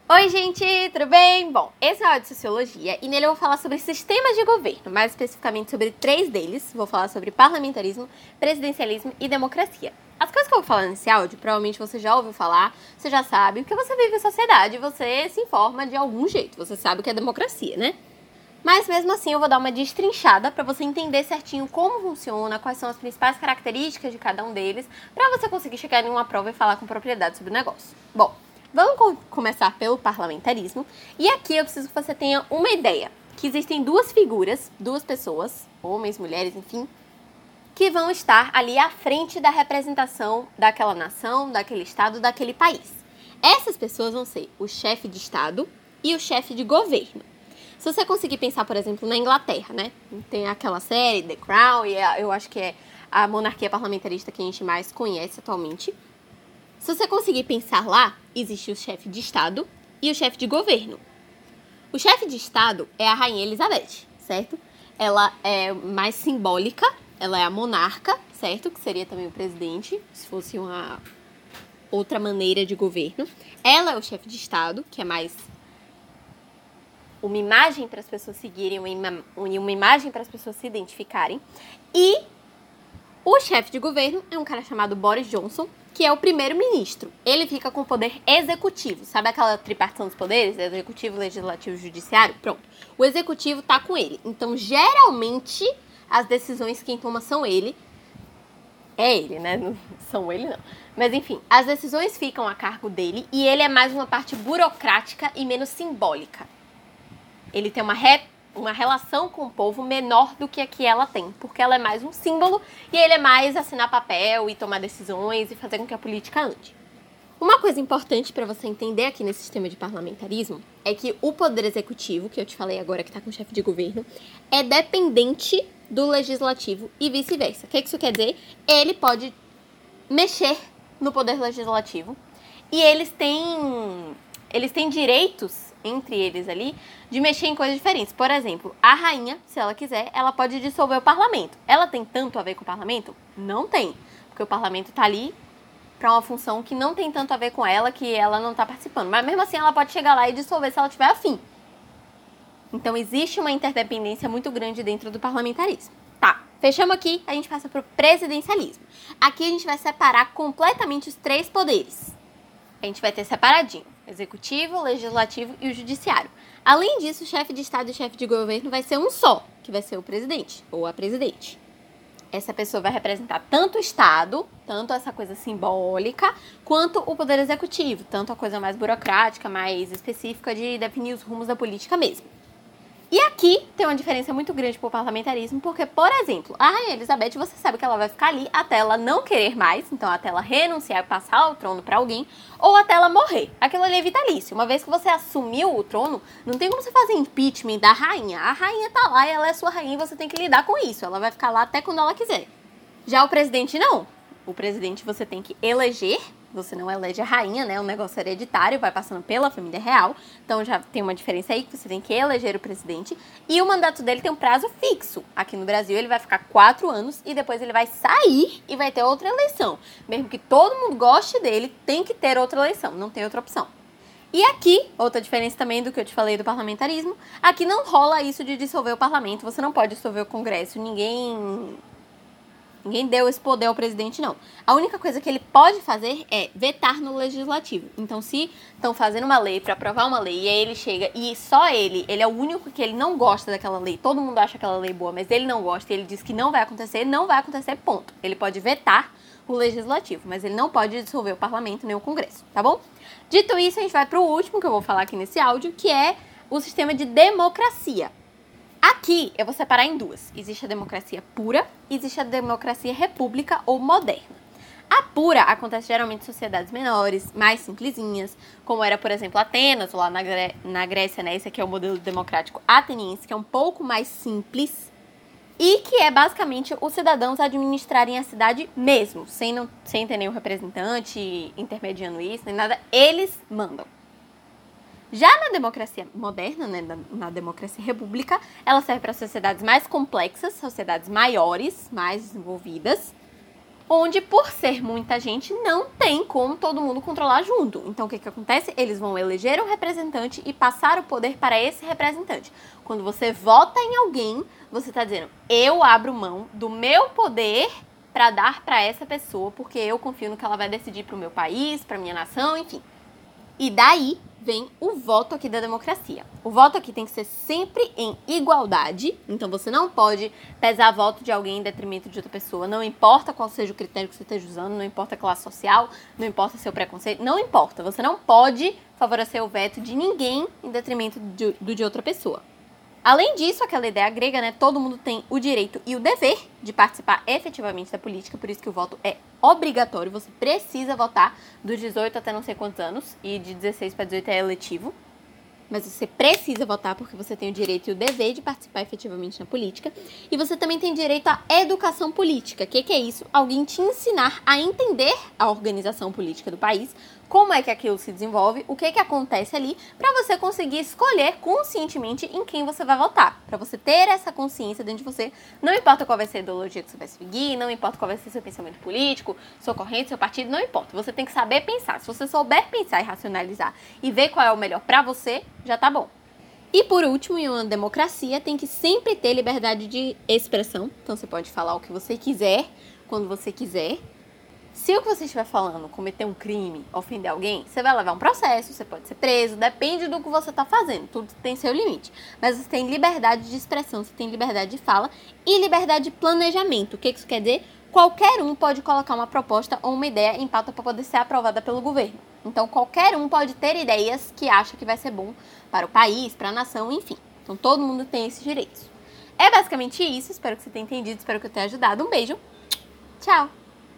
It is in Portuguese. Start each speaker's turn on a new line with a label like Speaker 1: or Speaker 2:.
Speaker 1: Oi, gente, tudo bem? Bom, esse é o áudio de Sociologia e nele eu vou falar sobre sistemas de governo, mais especificamente sobre 3 deles. Vou falar sobre parlamentarismo, presidencialismo e democracia. As coisas que eu vou falar nesse áudio, provavelmente você já ouviu falar, você já sabe, porque você vive em sociedade, você se informa de algum jeito, você sabe o que é democracia, né? Mas mesmo assim eu vou dar uma destrinchada para você entender certinho como funciona, quais são as principais características de cada um deles, para você conseguir chegar em uma prova e falar com propriedade sobre o negócio. Bom, vamos começar pelo parlamentarismo. E aqui eu preciso que você tenha uma ideia, que existem duas figuras, duas pessoas, homens, mulheres, enfim, que vão estar ali à frente da representação daquela nação, daquele estado, daquele país. Essas pessoas vão ser o chefe de estado e o chefe de governo. Se você conseguir pensar, por exemplo, na Inglaterra, né? Tem aquela série, The Crown, e eu acho que é a monarquia parlamentarista que a gente mais conhece atualmente. Se você conseguir pensar lá, existe o chefe de Estado e o chefe de governo. O chefe de Estado é a Rainha Elizabeth, certo? Ela é mais simbólica, ela é a monarca, certo? Que seria também o presidente, se fosse uma outra maneira de governo. Ela é o chefe de Estado, que é mais uma imagem para as pessoas seguirem, uma imagem para as pessoas se identificarem. E o chefe de governo é um cara chamado Boris Johnson, que é o primeiro-ministro. Ele fica com o poder executivo. Sabe aquela tripartição dos poderes? Executivo, legislativo e judiciário? Pronto. O executivo tá com ele. Então, geralmente, as decisões quem toma são ele. É ele, né? Não são ele, não. Mas, enfim, as decisões ficam a cargo dele e ele é mais uma parte burocrática e menos simbólica. Ele tem uma relação com o povo menor do que a que ela tem, porque ela é mais um símbolo e ele é mais assinar papel e tomar decisões e fazer com que a política ande. Uma coisa importante para você entender aqui nesse sistema de parlamentarismo é que o poder executivo, que eu te falei agora que está com o chefe de governo, é dependente do legislativo e vice-versa. O que isso quer dizer? Ele pode mexer no poder legislativo e eles têm direitos entre eles ali, de mexer em coisas diferentes. Por exemplo, a rainha, se ela quiser, ela pode dissolver o parlamento. Ela tem tanto a ver com o parlamento? Não tem. Porque o parlamento tá ali para uma função que não tem tanto a ver com ela, que ela não tá participando. Mas mesmo assim, ela pode chegar lá e dissolver se ela tiver afim. Então, existe uma interdependência muito grande dentro do parlamentarismo. Tá, fechamos aqui, a gente passa pro presidencialismo. Aqui a gente vai separar completamente os 3 poderes. A gente vai ter separadinho. Executivo, legislativo e o judiciário. Além disso, o chefe de Estado e o chefe de governo vai ser um só, que vai ser o presidente ou a presidente. Essa pessoa vai representar tanto o Estado, tanto essa coisa simbólica, quanto o poder executivo, tanto a coisa mais burocrática, mais específica de definir os rumos da política mesmo. E aqui tem uma diferença muito grande pro parlamentarismo, porque, por exemplo, a Rainha Elizabeth, você sabe que ela vai ficar ali até ela não querer mais, então até ela renunciar e passar o trono pra alguém, ou até ela morrer. Aquilo ali é vitalício. Uma vez que você assumiu o trono, não tem como você fazer impeachment da rainha. A rainha tá lá e ela é sua rainha e você tem que lidar com isso. Ela vai ficar lá até quando ela quiser. Já o presidente, não. O presidente você tem que eleger. Você não elege a rainha, né? O negócio hereditário, vai passando pela família real. Então já tem uma diferença aí, que você tem que eleger o presidente. E o mandato dele tem um prazo fixo. Aqui no Brasil ele vai ficar 4 anos e depois ele vai sair e vai ter outra eleição. Mesmo que todo mundo goste dele, tem que ter outra eleição, não tem outra opção. E aqui, outra diferença também do que eu te falei do parlamentarismo, aqui não rola isso de dissolver o parlamento, você não pode dissolver o Congresso, Ninguém deu esse poder ao presidente, não. A única coisa que ele pode fazer é vetar no legislativo. Então, se estão fazendo uma lei para aprovar uma lei e aí ele chega e só ele é o único que ele não gosta daquela lei, todo mundo acha aquela lei boa, mas ele não gosta e ele diz que não vai acontecer, ponto. Ele pode vetar o legislativo, mas ele não pode dissolver o parlamento nem o Congresso, tá bom? Dito isso, a gente vai pro último que eu vou falar aqui nesse áudio, que é o sistema de democracia. Aqui eu vou separar em 2. Existe a democracia pura e existe a democracia república ou moderna. A pura acontece geralmente em sociedades menores, mais simplesinhas, como era, por exemplo, Atenas, ou lá na Grécia, né? Esse aqui é o modelo democrático ateniense, que é um pouco mais simples e que é basicamente os cidadãos administrarem a cidade mesmo, sem ter nenhum representante intermediando isso, nem nada, eles mandam. Já na democracia moderna, né, na democracia república, ela serve para sociedades mais complexas, sociedades maiores, mais desenvolvidas, onde, por ser muita gente, não tem como todo mundo controlar junto. Então, o que acontece? Eles vão eleger um representante e passar o poder para esse representante. Quando você vota em alguém, você está dizendo, eu abro mão do meu poder para dar para essa pessoa, porque eu confio no que ela vai decidir para o meu país, para minha nação, enfim. E daí vem o voto aqui da democracia. O voto aqui tem que ser sempre em igualdade, então você não pode pesar voto de alguém em detrimento de outra pessoa, não importa qual seja o critério que você esteja usando, não importa a classe social, não importa seu preconceito, não importa. Você não pode favorecer o veto de ninguém em detrimento do de outra pessoa. Além disso, aquela ideia grega, né, todo mundo tem o direito e o dever de participar efetivamente da política, por isso que o voto é obrigatório, você precisa votar dos 18 até não sei quantos anos, e de 16 para 18 é eletivo. Mas você precisa votar porque você tem o direito e o dever de participar efetivamente na política. E você também tem direito à educação política. O que é isso? Alguém te ensinar a entender a organização política do país, como é que aquilo se desenvolve, o que acontece ali, para você conseguir escolher conscientemente em quem você vai votar. Para você ter essa consciência dentro de você, não importa qual vai ser a ideologia que você vai seguir, não importa qual vai ser seu pensamento político, sua corrente, seu partido, não importa. Você tem que saber pensar. Se você souber pensar e racionalizar e ver qual é o melhor para você, já tá bom. E por último, em uma democracia, tem que sempre ter liberdade de expressão. Então você pode falar o que você quiser, quando você quiser. Se o que você estiver falando cometer um crime, ofender alguém, você vai levar um processo, você pode ser preso, depende do que você está fazendo, tudo tem seu limite. Mas você tem liberdade de expressão, você tem liberdade de fala e liberdade de planejamento. O que isso quer dizer? Qualquer um pode colocar uma proposta ou uma ideia em pauta para poder ser aprovada pelo governo. Então, qualquer um pode ter ideias que acha que vai ser bom para o país, para a nação, enfim. Então, todo mundo tem esses direitos. É basicamente isso. Espero que você tenha entendido, espero que eu tenha ajudado. Um beijo. Tchau!